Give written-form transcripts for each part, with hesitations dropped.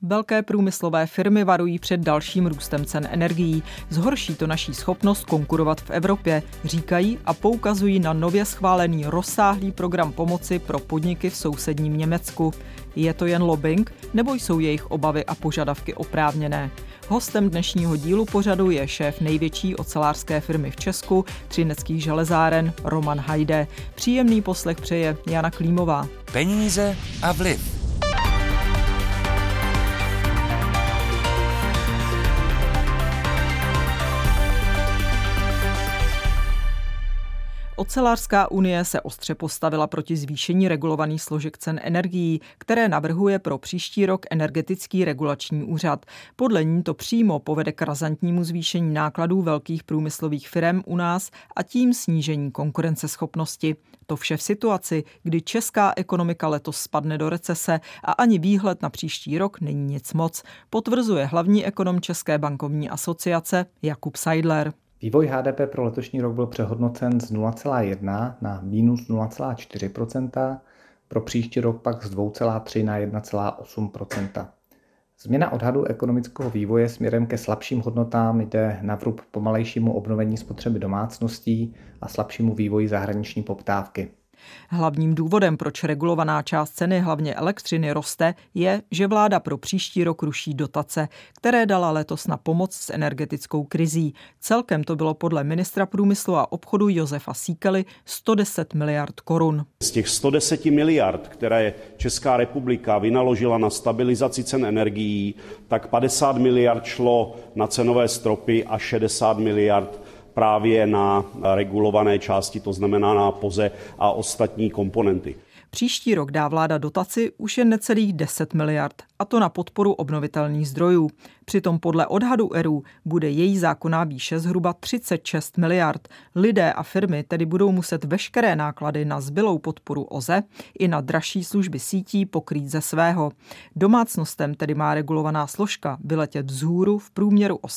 Velké průmyslové firmy varují před dalším růstem cen energií. Zhorší to naší schopnost konkurovat v Evropě, říkají a poukazují na nově schválený rozsáhlý program pomoci pro podniky v sousedním Německu. Je to jen lobbying, nebo jsou jejich obavy a požadavky oprávněné? Hostem dnešního dílu pořadu je šéf největší ocelářské firmy v Česku, Třineckých železáren, Roman Hajde. Příjemný poslech přeje Jana Klímová. Peníze a vliv. Ocelářská unie se ostře postavila proti zvýšení regulovaných složek cen energií, které navrhuje pro příští rok Energetický regulační úřad. Podle ní to přímo povede k razantnímu zvýšení nákladů velkých průmyslových firem u nás a tím snížení konkurenceschopnosti. To vše v situaci, kdy česká ekonomika letos spadne do recese a ani výhled na příští rok není nic moc, potvrzuje hlavní ekonom České bankovní asociace Jakub Seidler. Vývoj HDP pro letošní rok byl přehodnocen z 0,1 na minus 0,4%, pro příští rok pak z 2,3 na 1,8%. Změna odhadu ekonomického vývoje směrem ke slabším hodnotám jde na vrub pomalejšímu obnovení spotřeby domácností a slabšímu vývoji zahraniční poptávky. Hlavním důvodem, proč regulovaná část ceny hlavně elektřiny roste, je, že vláda pro příští rok ruší dotace, které dala letos na pomoc s energetickou krizí. Celkem to bylo podle ministra průmyslu a obchodu Josefa Síkely 110 miliard korun. Z těch 110 miliard, které Česká republika vynaložila na stabilizaci cen energií, tak 50 miliard šlo na cenové stropy a 60 miliard právě na regulované části, to znamená na POZE a ostatní komponenty. Příští rok dá vláda dotaci už jen necelých 10 miliard, a to na podporu obnovitelných zdrojů. Přitom podle odhadu ERÚ bude její zákonná výše zhruba 36 miliard. Lidé a firmy tedy budou muset veškeré náklady na zbylou podporu OZE i na dražší služby sítí pokrýt ze svého. Domácnostem tedy má regulovaná složka vyletět vzhůru v průměru o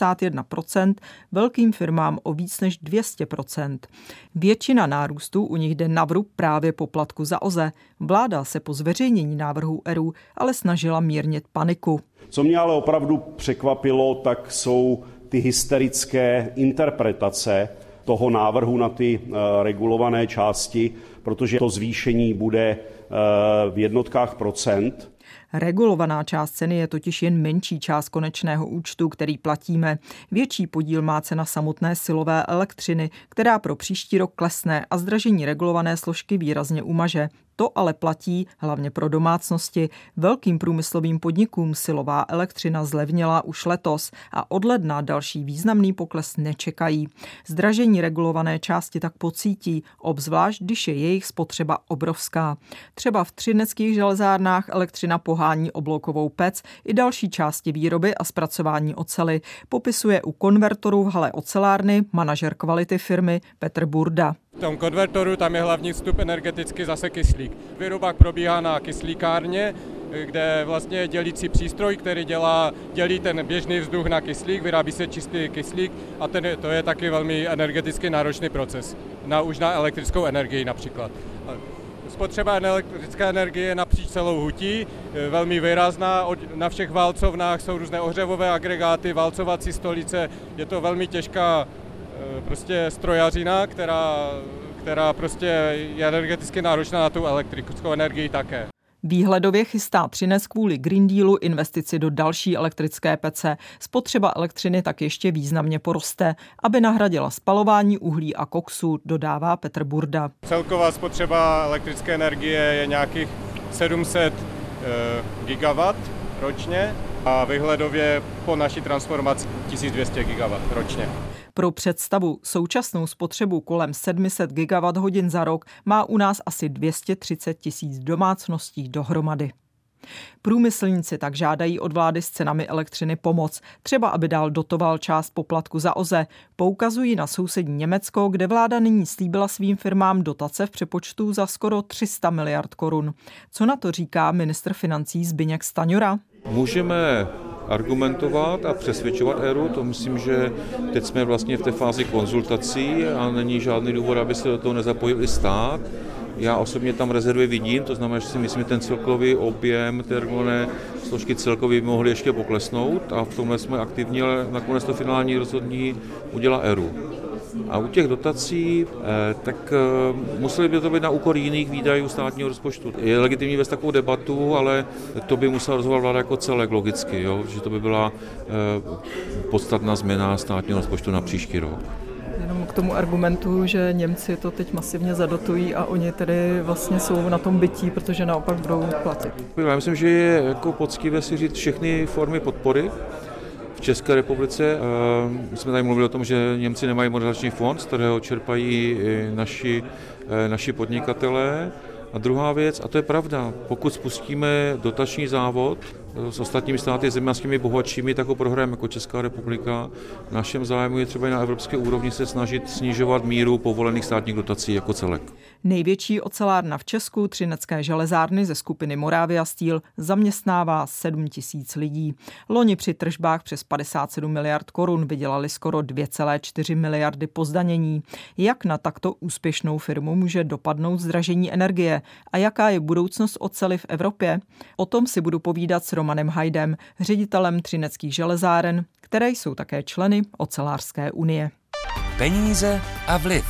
71%, velkým firmám o víc než 200%. Většina nárůstů u nich jde na vrub právě poplatku za OZE. Vláda se po zveřejnění návrhů ERÚ ale snažila mírnit paniku. Co mě ale opravdu překvapilo, tak jsou ty hysterické interpretace toho návrhu na ty regulované části, protože to zvýšení bude v jednotkách procent. Regulovaná část ceny je totiž jen menší část konečného účtu, který platíme. Větší podíl má cena samotné silové elektřiny, která pro příští rok klesne a zdražení regulované složky výrazně umaže. To ale platí hlavně pro domácnosti. Velkým průmyslovým podnikům silová elektřina zlevnila už letos a od ledna další významný pokles nečekají. Zdražení regulované části tak pocítí, obzvlášť když je jejich spotřeba obrovská. Třeba v Třineckých železárnách elektřina pohání obloukovou pec i další části výroby a zpracování oceli. Popisuje u konvertoru v hale ocelárny manažer kvality firmy Petr Burda. V tom konvertoru tam je hlavní vstup energeticky zase kyslík. Výroba probíhá na kyslíkárně, kde vlastně je dělící přístroj, který dělí ten běžný vzduch na kyslík, vyrábí se čistý kyslík a to je taky velmi energeticky náročný proces. Už na elektrickou energii například. Spotřeba elektrické energie je napříč celou hutí, velmi výrazná. Na všech válcovnách jsou různé ohřevové agregáty, válcovací stolice. Je to velmi těžká prostě strojařina, která prostě je energeticky náročná na tu elektrickou energii také. Výhledově chystá Třinec kvůli Green Dealu investici do další elektrické pece. Spotřeba elektřiny tak ještě významně poroste, aby nahradila spalování uhlí a koksu, dodává Petr Burda. Celková spotřeba elektrické energie je nějakých 700 gigawatt ročně a výhledově po naší transformaci 1200 gigawatt ročně. Pro představu, současnou spotřebu kolem 700 gigawatt-hodin za rok má u nás asi 230 000 domácností dohromady. Průmyslníci tak žádají od vlády s cenami elektřiny pomoc, třeba aby dál dotoval část poplatku za OZE. Poukazují na sousední Německo, kde vláda nyní slíbila svým firmám dotace v přepočtu za skoro 300 miliard korun. Co na to říká ministr financí Zbyněk Stanjura? Můžeme argumentovat a přesvědčovat ERÚ, to myslím, že teď jsme vlastně v té fázi konzultací a není žádný důvod, aby se do toho nezapojil i stát. Já osobně tam rezervy vidím, to znamená, že si myslím, že ten celkový objem té regulované složky celkově by mohly ještě poklesnout a v tomhle jsme aktivní, ale nakonec to finální rozhodnutí udělá ERÚ. A u těch dotací, tak museli by to být na úkor jiných výdajů státního rozpočtu. Je legitimní vést takovou debatu, ale to by musela rozhodovat vláda jako celek logicky, jo? Že to by byla podstatná změna státního rozpočtu na příští rok. Jenom k tomu argumentu, že Němci to teď masivně zadotují a oni tedy vlastně jsou na tom bytí, protože naopak budou platit. Já myslím, že je jako poctivé si říct všechny formy podpory. V České republice my jsme tady mluvili o tom, že Němci nemají modernizační fond, z kterého čerpají naši podnikatelé. A druhá věc, a to je pravda, pokud spustíme dotační závod s ostatními státy, zeměmi bohatšími, tak ho prohrajeme jako Česká republika. V našem zájmu je třeba i na evropské úrovni se snažit snižovat míru povolených státních dotací jako celek. Největší ocelárna v Česku, Třinecké železárny ze skupiny Moravia Steel, zaměstnává 7 000 lidí. Loni při tržbách přes 57 miliard korun vydělali skoro 2,4 miliardy po zdanění. Jak na takto úspěšnou firmu může dopadnout zdražení energie a jaká je budoucnost oceli v Evropě? O tom si budu povídat s Romanem Hajdem, ředitelem Třineckých železáren, které jsou také členy Ocelářské unie. Peníze a vliv.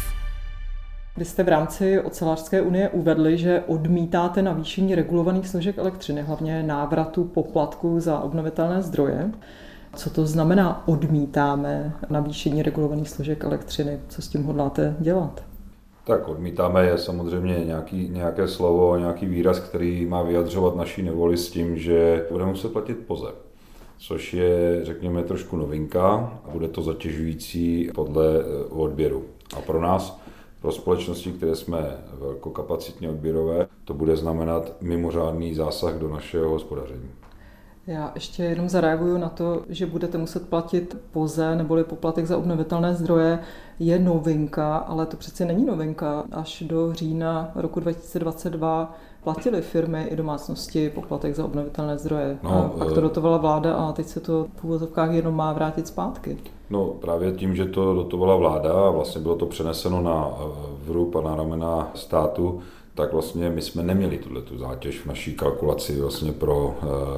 Vy jste v rámci Ocelářské unie uvedli, že odmítáte navýšení regulovaných složek elektřiny, hlavně návratu poplatku za obnovitelné zdroje. Co to znamená odmítáme navýšení regulovaných složek elektřiny? Co s tím hodláte dělat? Tak odmítáme je samozřejmě nějaké slovo, nějaký výraz, který má vyjadřovat naší nevoli s tím, že budeme muset platit POZE, což je, řekněme, trošku novinka a bude to zatěžující podle odběru. A pro nás, pro společnosti, které jsme velkokapacitně odběrové, to bude znamenat mimořádný zásah do našeho hospodaření. Já ještě jenom zareaguju na to, že budete muset platit POZE neboli poplatek za obnovitelné zdroje. Je novinka, ale to přece není novinka. Až do října roku 2022 platily firmy i domácnosti poplatek za obnovitelné zdroje. A pak to dotovala vláda a teď se to v úvozovkách jenom má vrátit zpátky. No právě tím, že to dotovala vláda a vlastně bylo to přeneseno na vrub a na ramena státu, tak vlastně my jsme neměli tu zátěž v naší kalkulaci vlastně pro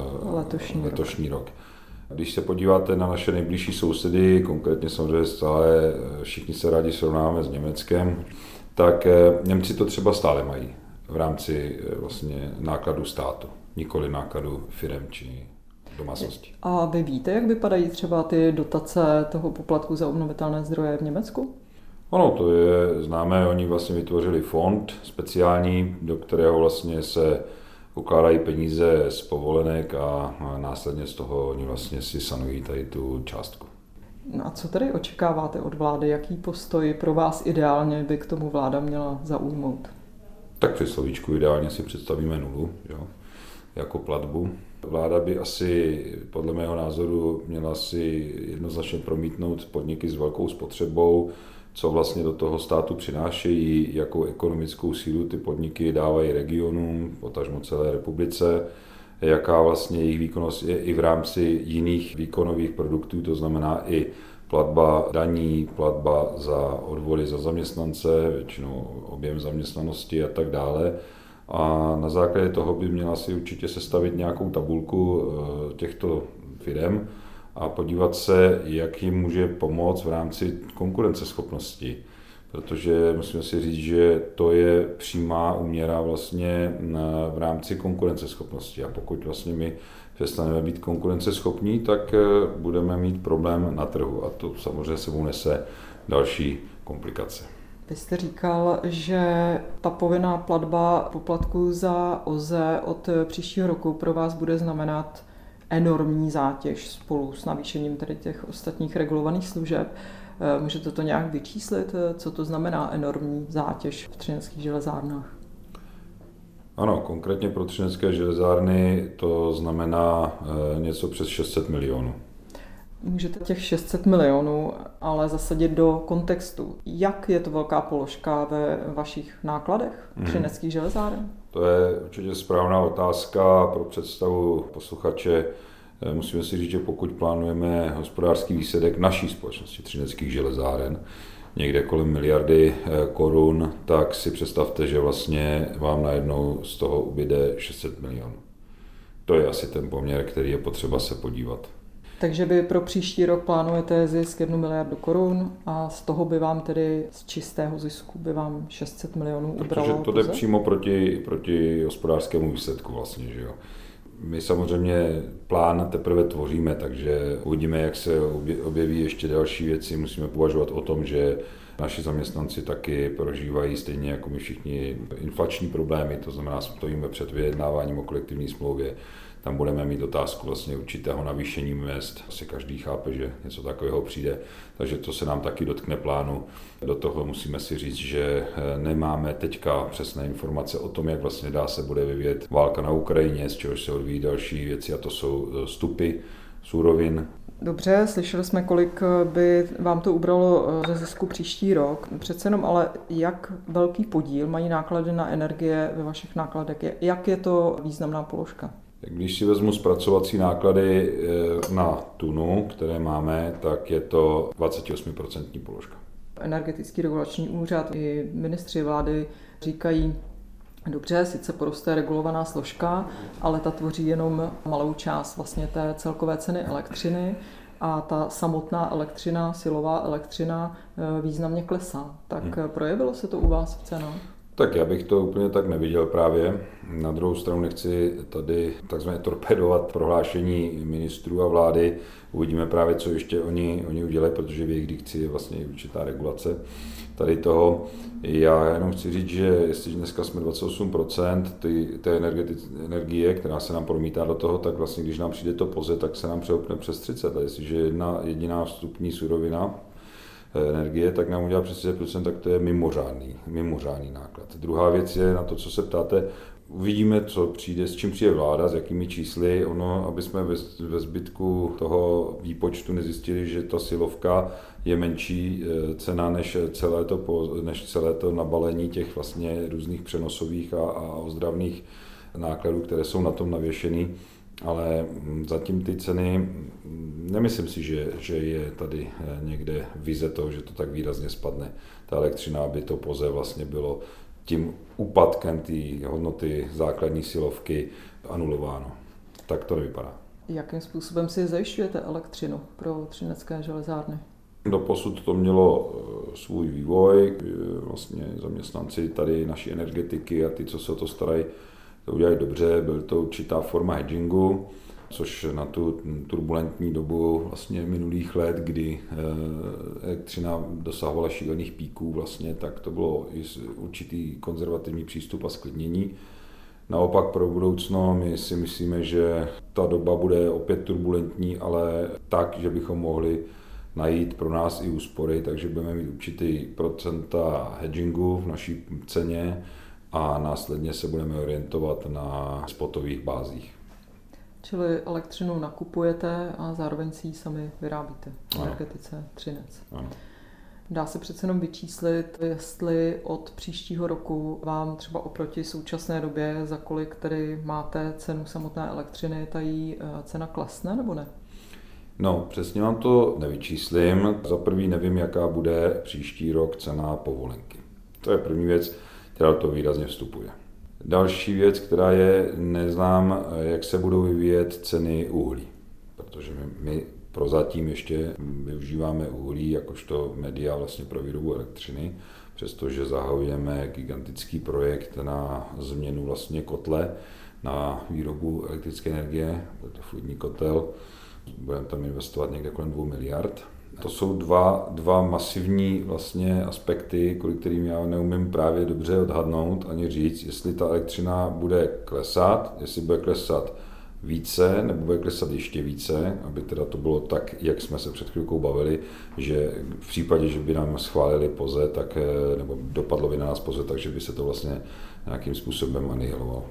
letošní rok. Když se podíváte na naše nejbližší sousedy, konkrétně samozřejmě stále všichni se rádi srovnáváme s Německem, tak Němci to třeba stále mají v rámci vlastně nákladů státu, nikoli nákladů firem či domácností. A vy víte, jak vypadají třeba ty dotace toho poplatku za obnovitelné zdroje v Německu? Ono, to je známé, oni vlastně vytvořili fond speciální, do kterého vlastně se ukládají peníze z povolenek a následně z toho oni vlastně si sanují tady tu částku. No a co tedy očekáváte od vlády? Jaký postoj pro vás ideálně by k tomu vláda měla zaujmout? Tak při slovíčku ideálně si představíme nulu, jo, jako platbu. Vláda by asi, podle mého názoru, měla si jednoznačně promítnout podniky s velkou spotřebou, co vlastně do toho státu přinášejí, jakou ekonomickou sílu ty podniky dávají regionům, potažmo celé republice, jaká vlastně jejich výkonnost je i v rámci jiných výkonových produktů, to znamená i platba daní, platba za odvody za zaměstnance, většinou objem zaměstnanosti a tak dále. A na základě toho by měla si určitě sestavit nějakou tabulku těchto firem a podívat se, jak jim může pomoct v rámci konkurenceschopnosti. Protože musíme si říct, že to je přímá úměra vlastně v rámci konkurenceschopnosti. A pokud vlastně my přestaneme být konkurenceschopní, tak budeme mít problém na trhu. A to samozřejmě sebou nese další komplikace. Vy jste říkal, že ta povinná platba poplatku za OZE od příštího roku pro vás bude znamenat enormní zátěž spolu s navýšením tedy těch ostatních regulovaných služeb. Můžete to nějak vyčíslit? Co to znamená enormní zátěž v Třineckých železárnách? Ano, konkrétně pro Třinecké železárny to znamená něco přes 600 milionů. Můžete těch 600 milionů ale zasadit do kontextu. Jak je to velká položka ve vašich nákladech Třineckých železáren? To je určitě správná otázka pro představu posluchače. Musíme si říct, že pokud plánujeme hospodářský výsledek naší společnosti Třineckých železáren, někde kolem miliardy korun, tak si představte, že vlastně vám najednou z toho ubyde 600 milionů. To je asi ten poměr, který je potřeba se podívat. Takže vy pro příští rok plánujete zisk 1 miliardu korun a z toho by vám tedy z čistého zisku by vám 600 milionů ubralo. Protože to jde přímo proti hospodářskému výsledku vlastně, že jo. My samozřejmě plán teprve tvoříme, takže uvidíme, jak se objeví ještě další věci. Musíme považovat o tom, že naši zaměstnanci taky prožívají stejně jako my všichni inflační problémy, to znamená, stojíme před vyjednáváním o kolektivní smlouvě. Tam budeme mít otázku vlastně určitého navýšení mezd. Asi každý chápe, že něco takového přijde, takže to se nám taky dotkne plánu. Do toho musíme si říct, že nemáme teďka přesné informace o tom, jak vlastně se bude vyvíjet válka na Ukrajině, z čehož se odvíjí další věci, a to jsou vstupy surovin. Dobře, slyšeli jsme, kolik by vám to ubralo ze zisku příští rok. Přece jenom, ale jak velký podíl mají náklady na energie ve vašich nákladech? Jak je to významná položka? Když si vezmu zpracovací náklady na tunu, které máme, tak je to 28% položka. Energetický regulační úřad i ministři vlády říkají, dobře, sice poroste regulovaná složka, ale ta tvoří jenom malou část vlastně té celkové ceny elektřiny a ta samotná elektřina, silová elektřina významně klesá. Tak projevilo se to u vás v cenách? Tak já bych to úplně tak neviděl právě. Na druhou stranu nechci tady takzvaně torpedovat prohlášení ministrů a vlády. Uvidíme právě, co ještě oni udělají, protože v jejich dikci je vlastně určitá regulace tady toho. Já jenom chci říct, že jestli dneska jsme 28% té energie, která se nám promítá do toho, tak vlastně když nám přijde to POZE, tak se nám přehoupne přes 30. A jestliže jediná vstupní surovina energie, tak nám udělá přes 30%, tak to je mimořádný náklad. Druhá věc je na to, co se ptáte, uvidíme, co přijde, s čím přijde vláda, s jakými čísly, aby jsme ve zbytku toho výpočtu nezjistili, že ta silovka je menší cena než celé to nabalení těch vlastně různých přenosových a ozdravných nákladů, které jsou na tom navěšeny. Ale zatím ty ceny, nemyslím si, že je tady někde vize toho, že to tak výrazně spadne. Ta elektřina, aby to POZE vlastně bylo tím úpadkem té hodnoty základní silovky anulováno. Tak to nevypadá. Jakým způsobem si zajišťujete elektřinu pro Třinecké železárny? Doposud to mělo svůj vývoj, vlastně zaměstnanci tady naší energetiky a ty, co se o to starají, to udělají dobře, byl to určitá forma hedgingu, což na tu turbulentní dobu vlastně minulých let, kdy elektřina dosahovala šílených píků vlastně, tak to bylo i určitý konzervativní přístup a sklidnění. Naopak pro budoucno my si myslíme, že ta doba bude opět turbulentní, ale tak, že bychom mohli najít pro nás i úspory, takže budeme mít určitý procenta hedgingu v naší ceně, a následně se budeme orientovat na spotových bázích. Čili elektřinu nakupujete a zároveň si ji sami vyrábíte v energetice Třinec. Ano. Dá se přece jenom vyčíslit, jestli od příštího roku vám třeba oproti současné době, za kolik tedy máte cenu samotné elektřiny, ta její cena klesne nebo ne? No, přesně vám to nevyčíslím. Za prvý nevím, jaká bude příští rok cena povolenky. To je první věc, která to výrazně vstupuje. Další věc, která je, neznám, jak se budou vyvíjet ceny uhlí, protože my prozatím ještě využíváme uhlí jakožto média vlastně pro výrobu elektřiny, přestože zahajujeme gigantický projekt na změnu vlastně kotle na výrobu elektrické energie, to je fluidní kotel, budeme tam investovat někde kolem 2 miliard. To jsou dva masivní vlastně aspekty, kvůli kterým já neumím právě dobře odhadnout ani říct, jestli ta elektřina bude klesat, jestli bude klesat více nebo bude klesat ještě více, aby teda to bylo tak, jak jsme se před chvilkou bavili, že v případě, že by nám schválili POZE, tak, nebo dopadlo by na nás POZE, takže by se to vlastně nějakým způsobem anihilovalo.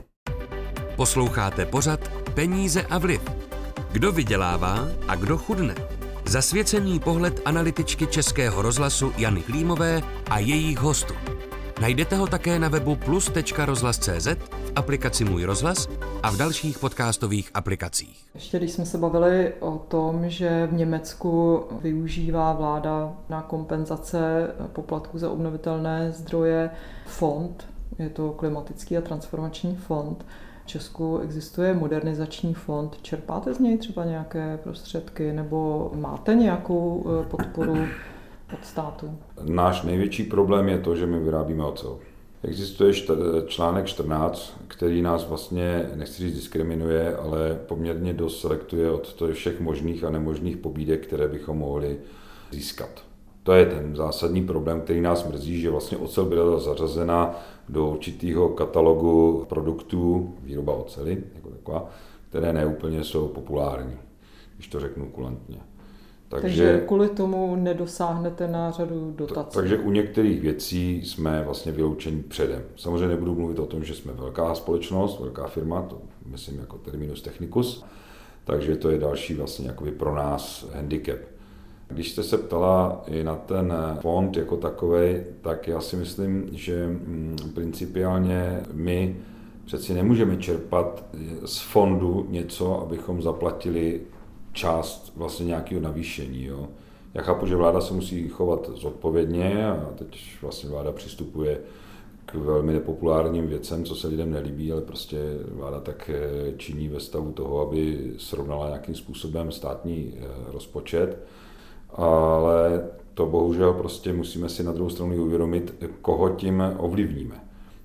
Posloucháte pořad Peníze a vliv. Kdo vydělává a kdo chudne? Zasvěcený pohled analytičky Českého rozhlasu Jany Klímové a jejich hostů. Najdete ho také na webu plus.rozhlas.cz, v aplikaci Můj rozhlas a v dalších podcastových aplikacích. Ještě když jsme se bavili o tom, že v Německu využívá vláda na kompenzace poplatků za obnovitelné zdroje fond, je to klimatický a transformační fond. V Česku existuje modernizační fond. Čerpáte z něj třeba nějaké prostředky nebo máte nějakou podporu od státu? Náš největší problém je to, že my vyrábíme ocel. Existuje článek 14, který nás vlastně, nechci říct diskriminuje, ale poměrně dost selektuje od všech možných a nemožných pobídek, které bychom mohli získat. To je ten zásadní problém, který nás mrzí, že vlastně ocel byla zařazena do určitého katalogu produktů, výroba oceli, jako taková, které neúplně jsou populární, když to řeknu kulantně. Takže kvůli tomu nedosáhnete na řadu dotací. Takže u některých věcí jsme vlastně vyloučeni předem. Samozřejmě nebudu mluvit o tom, že jsme velká společnost, velká firma, to myslím jako terminus technicus, takže to je další vlastně jakoby pro nás handicap. Když jste se ptala i na ten fond jako takovej, tak já si myslím, že principiálně my přeci nemůžeme čerpat z fondu něco, abychom zaplatili část vlastně nějakého navýšení. Jo. Já chápu, že vláda se musí chovat zodpovědně a teď vlastně vláda přistupuje k velmi nepopulárním věcem, co se lidem nelíbí, ale prostě vláda tak činí ve stavu toho, aby srovnala nějakým způsobem státní rozpočet. Ale to bohužel prostě musíme si na druhou stranu uvědomit, koho tím ovlivníme.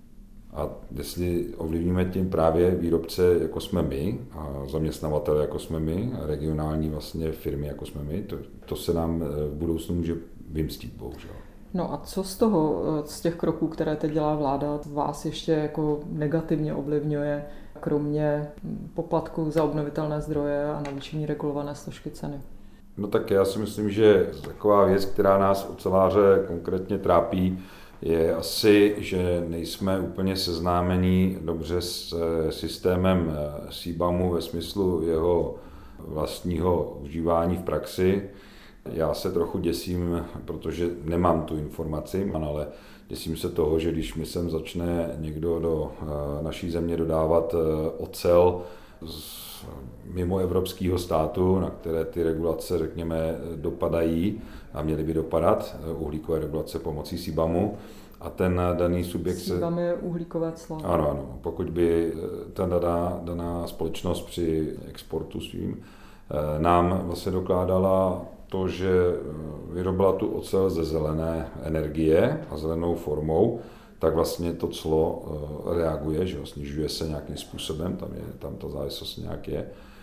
A jestli ovlivníme tím právě výrobce, jako jsme my, a zaměstnavatele, jako jsme my, a regionální vlastně firmy, jako jsme my, to se nám v budoucnu může vymstít, bohužel. No a co z těch kroků, které teď dělá vláda, vás ještě jako negativně ovlivňuje, kromě poplatků za obnovitelné zdroje a navýšení regulované složky ceny? No tak já si myslím, že taková věc, která nás oceláře konkrétně trápí, je asi, že nejsme úplně seznámení dobře s systémem CBAMu ve smyslu jeho vlastního užívání v praxi. Já se trochu děsím, protože nemám tu informaci, ale děsím se toho, že když mi sem začne někdo do naší země dodávat ocel z mimo evropského státu, na které ty regulace, řekněme, dopadají a měly by dopadat, uhlíkové regulace pomocí CBAMu, a ten daný subjekt CBAM je uhlíkové clo. Ano. Pokud by ta daná společnost při exportu svým nám vlastně dokládala to, že vyrobila tu ocel ze zelené energie a zelenou formou, tak vlastně to clo reaguje, že snižuje se nějakým způsobem, tam ta závislost nějak je.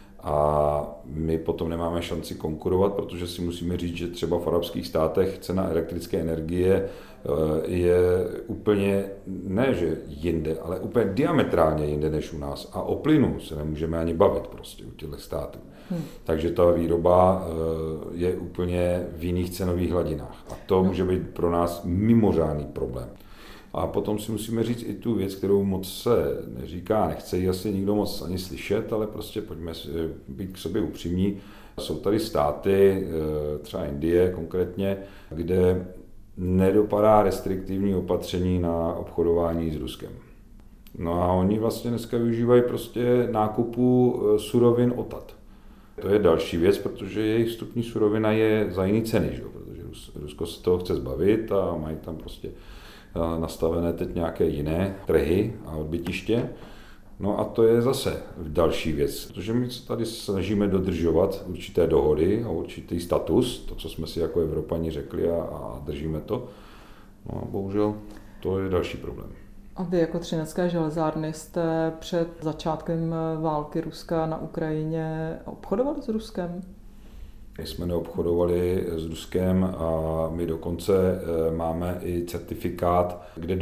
A my potom nemáme šanci konkurovat, protože si musíme říct, že třeba v arabských státech cena elektrické energie je úplně, ne že jinde, ale úplně diametrálně jinde než u nás. A o plynu se nemůžeme ani bavit prostě u těchto států. Takže ta výroba je úplně v jiných cenových hladinách. A to může být pro nás mimořádný problém. A potom si musíme říct i tu věc, kterou moc se neříká, nechce ji asi nikdo moc ani slyšet, ale prostě pojďme být k sobě upřímní. Jsou tady státy, třeba Indie konkrétně, kde nedopadá restriktivní opatření na obchodování s Ruskem. No a oni vlastně dneska využívají prostě nákupu surovin odtud. To je další věc, protože jejich vstupní surovina je za jiný ceny, že? Protože Rusko se toho chce zbavit a mají tam prostě nastavené teď nějaké jiné trhy a odbytiště. No a to je zase další věc, protože my se tady snažíme dodržovat určité dohody a určitý status, to, co jsme si jako Evropani řekli a držíme to. No a bohužel to je další problém. A vy jako Třinecké železárny jste před začátkem války Ruska na Ukrajině obchodovali s Ruskem? My jsme neobchodovali s Ruskem a my dokonce máme i certifikát, kde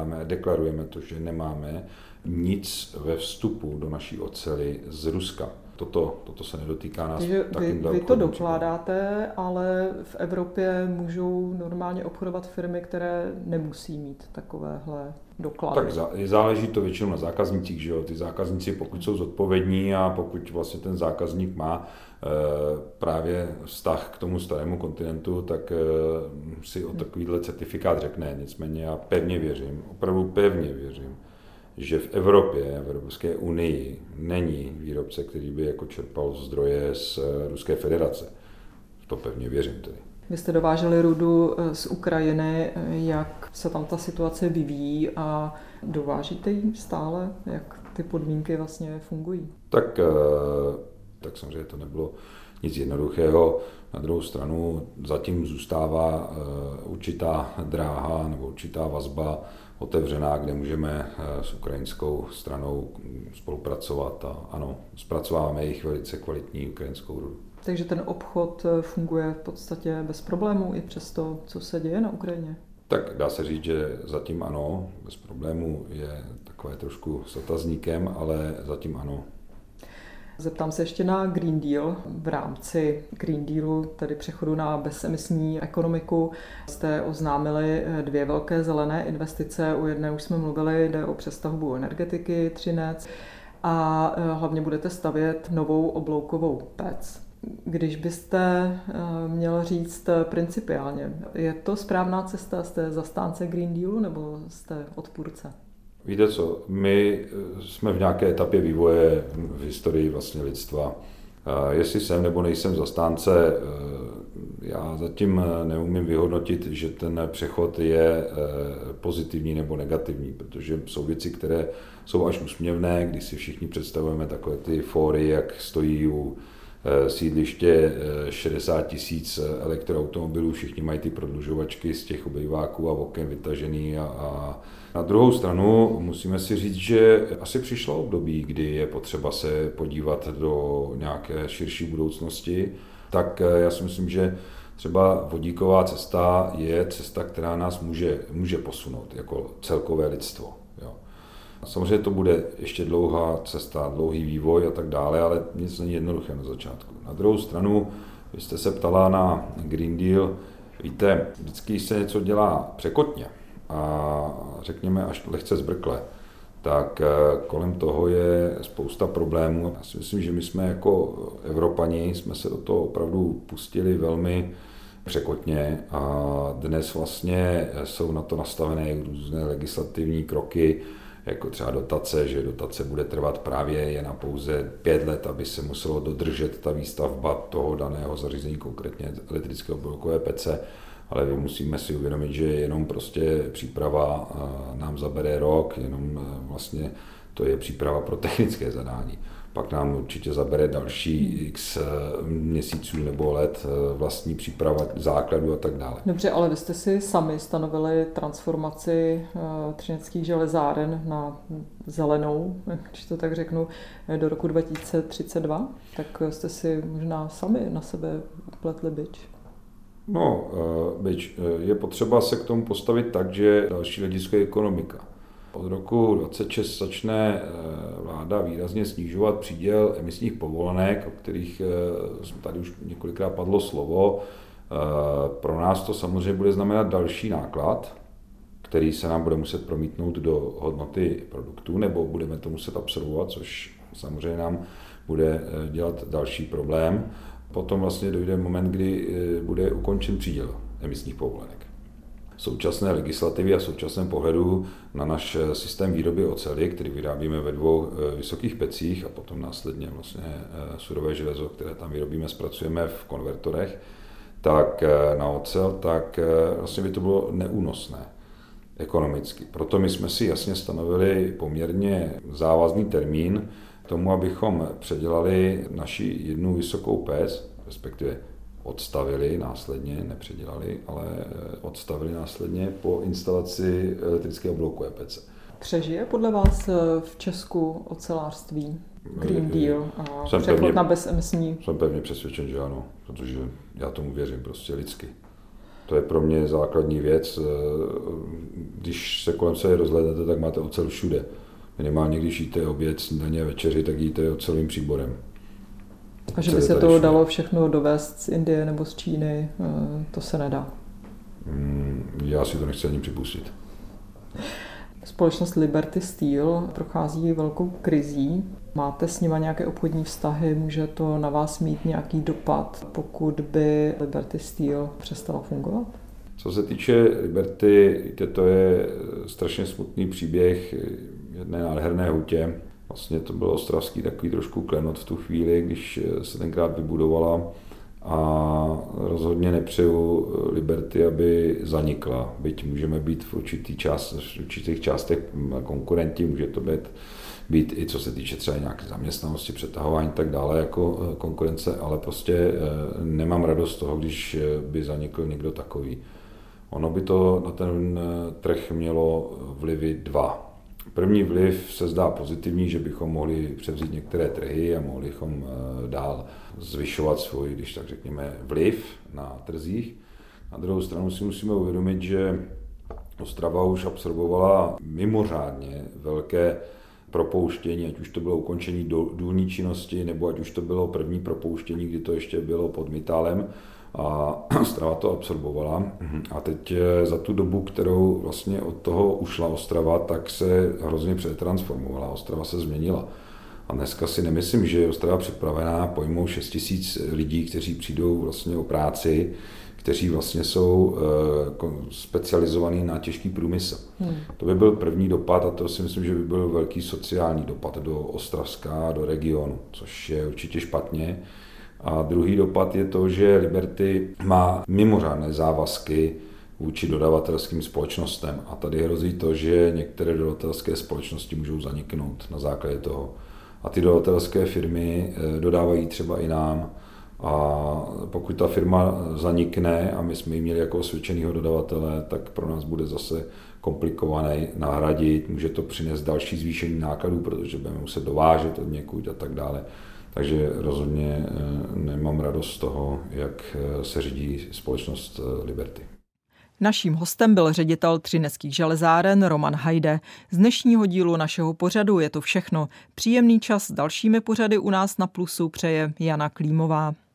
deklarujeme to, že nemáme nic ve vstupu do naší oceli z Ruska. toto se nedotýká nás. Takže vy to dokládáte, ale v Evropě můžou normálně obchodovat firmy, které nemusí mít takovéhle doklady. Tak záleží to většinou na zákaznících, že jo? Ty zákazníci, pokud jsou zodpovědní a pokud vlastně ten zákazník má právě vztah k tomu starému kontinentu, tak si o takovýhle certifikát řekne. Nicméně já pevně věřím, opravdu pevně věřím, že v Evropě, v Evropské unii není výrobce, který by jako čerpal zdroje z Ruské federace. To pevně věřím tedy. Vy jste dováželi rudu z Ukrajiny, jak se tam ta situace vyvíjí a dovážíte ji stále? Jak ty podmínky vlastně fungují? Tak samozřejmě to nebylo nic jednoduchého. Na druhou stranu zatím zůstává určitá dráha nebo určitá vazba otevřená, kde můžeme s ukrajinskou stranou spolupracovat a ano, zpracováváme jejich velice kvalitní ukrajinskou rudu. Takže ten obchod funguje v podstatě bez problémů i přes to, co se děje na Ukrajině? Tak dá se říct, že zatím ano, bez problémů je takové trošku s otazníkem, ale zatím ano. Zeptám se ještě na Green Deal. V rámci Green Dealu, tedy přechodu na bezemisní ekonomiku, jste oznámili 2 velké zelené investice. O jedné už jsme mluvili, jde o přestavbu energetiky Třinec a hlavně budete stavět novou obloukovou pec. Když byste měl říct principiálně, je to správná cesta? Jste zastánce Green Dealu nebo jste odpůrce? Víte co, my jsme v nějaké etapě vývoje v historii vlastně lidstva. Jestli jsem nebo nejsem zastánce, já zatím neumím vyhodnotit, že ten přechod je pozitivní nebo negativní, protože jsou věci, které jsou až úsměvné, když si všichni představujeme takové ty fóry, jak stojí u sídliště 60 000 elektroautomobilů, všichni mají ty prodlužovačky z těch obejváků a oken vytažený a na druhou stranu musíme si říct, že asi přišlo období, kdy je potřeba se podívat do nějaké širší budoucnosti, tak já si myslím, že třeba vodíková cesta je cesta, která nás může posunout jako celkové lidstvo. Jo. Samozřejmě to bude ještě dlouhá cesta, dlouhý vývoj a tak dále, ale nic není jednoduché na začátku. Na druhou stranu, vy jste se ptala na Green Deal, víte, vždycky se něco dělá překotně a řekněme až lehce zbrkle, tak kolem toho je spousta problémů. Já si myslím, že my jsme jako Evropani jsme se do toho opravdu pustili velmi překotně a dnes vlastně jsou na to nastavené různé legislativní kroky, jako třeba dotace, že dotace bude trvat právě jen na pouze 5 let, aby se muselo dodržet ta výstavba toho daného zařízení, konkrétně elektrické obloukové pece, ale musíme si uvědomit, že jenom prostě příprava nám zabere rok, jenom vlastně to je příprava pro technické zadání. Pak nám určitě zabere další x měsíců nebo let vlastní příprava základu a tak dále. Dobře, ale vy jste si sami stanovili transformaci třineckých železáren na zelenou, když to tak řeknu, do roku 2032, tak jste si možná sami na sebe upletli bič. No, bič, je potřeba se k tomu postavit tak, že další hledisko je ekonomika. Od roku 2026 začne vláda výrazně snižovat příděl emisních povolenek, o kterých tady už několikrát padlo slovo. Pro nás to samozřejmě bude znamenat další náklad, který se nám bude muset promítnout do hodnoty produktů, nebo budeme to muset absorbovat, což samozřejmě nám bude dělat další problém. Potom vlastně dojde moment, kdy bude ukončen příděl emisních povolenek. Současné legislativy a současném pohledu na náš systém výroby oceli, který vyrábíme ve 2 vysokých pecích a potom následně vlastně surové železo, které tam vyrobíme, zpracujeme v konvertorech, tak na ocel, tak vlastně by to bylo neúnosné ekonomicky. Proto my jsme si jasně stanovili poměrně závazný termín tomu, abychom předělali naši jednu vysokou pec, respektive odstavili následně, nepředělali, ale odstavili následně po instalaci elektrické obloukové pece. Přežije podle vás v Česku ocelářství Green Deal a přechod na bezemisní? Jsem pevně přesvědčen, že ano, protože já tomu věřím prostě lidsky. To je pro mě základní věc. Když se kolem sebe rozhlédnete, tak máte ocel všude. Minimálně když jíte oběd, snídaně, večeři, tak jíte ocelovým příborem. A že by se to dalo všechno dovést z Indie nebo z Číny, to se nedá. Já si to nechci ani připustit. Společnost Liberty Steel prochází velkou krizí. Máte s nima nějaké obchodní vztahy? Může to na vás mít nějaký dopad, pokud by Liberty Steel přestala fungovat? Co se týče Liberty, to je strašně smutný příběh jedné nádherné hutě. Vlastně to byl ostravský takový trošku klenot v tu chvíli, když se tenkrát vybudovala. A rozhodně nepřeju Liberty, aby zanikla. Byť můžeme být v určitých částech konkurenti, může to být i co se týče třeba nějaké zaměstnanosti, přetahování a tak dále jako konkurence, ale prostě nemám radost z toho, když by zanikl někdo takový. Ono by to na ten trh mělo vlivy dva. První vliv se zdá pozitivní, že bychom mohli převzít některé trhy a mohli bychom dál zvyšovat svůj, když tak řekněme, vliv na trzích. Na druhou stranu si musíme uvědomit, že Ostrava už absorbovala mimořádně velké propouštění, ať už to bylo ukončení důlní činnosti, nebo ať už to bylo první propouštění, kdy to ještě bylo pod Mittálem. A Ostrava to absorbovala. A teď za tu dobu, kterou vlastně od toho ušla Ostrava, tak se hrozně přetransformovala. Ostrava se změnila. A dneska si nemyslím, že je Ostrava připravená pojmout 6 000 lidí, kteří přijdou vlastně o práci, kteří vlastně jsou specializovaní na těžký průmysl. To by byl první dopad a to si myslím, že by byl velký sociální dopad do Ostravska, do regionu, což je určitě špatně. A druhý dopad je to, že Liberty má mimořádné závazky vůči dodavatelským společnostem. A tady hrozí to, že některé dodavatelské společnosti můžou zaniknout na základě toho. A ty dodavatelské firmy dodávají třeba i nám. A pokud ta firma zanikne a my jsme ji měli jako osvědčenýho dodavatele, tak pro nás bude zase komplikované nahradit. Může to přinést další zvýšení nákladů, protože budeme muset dovážet od někud a tak dále. Takže rozhodně nemám radost z toho, jak se řídí společnost Liberty. Naším hostem byl ředitel Třineckých železáren Roman Hajde. Z dnešního dílu našeho pořadu je to všechno. Příjemný čas s dalšími pořady u nás na Plusu přeje Jana Klímová.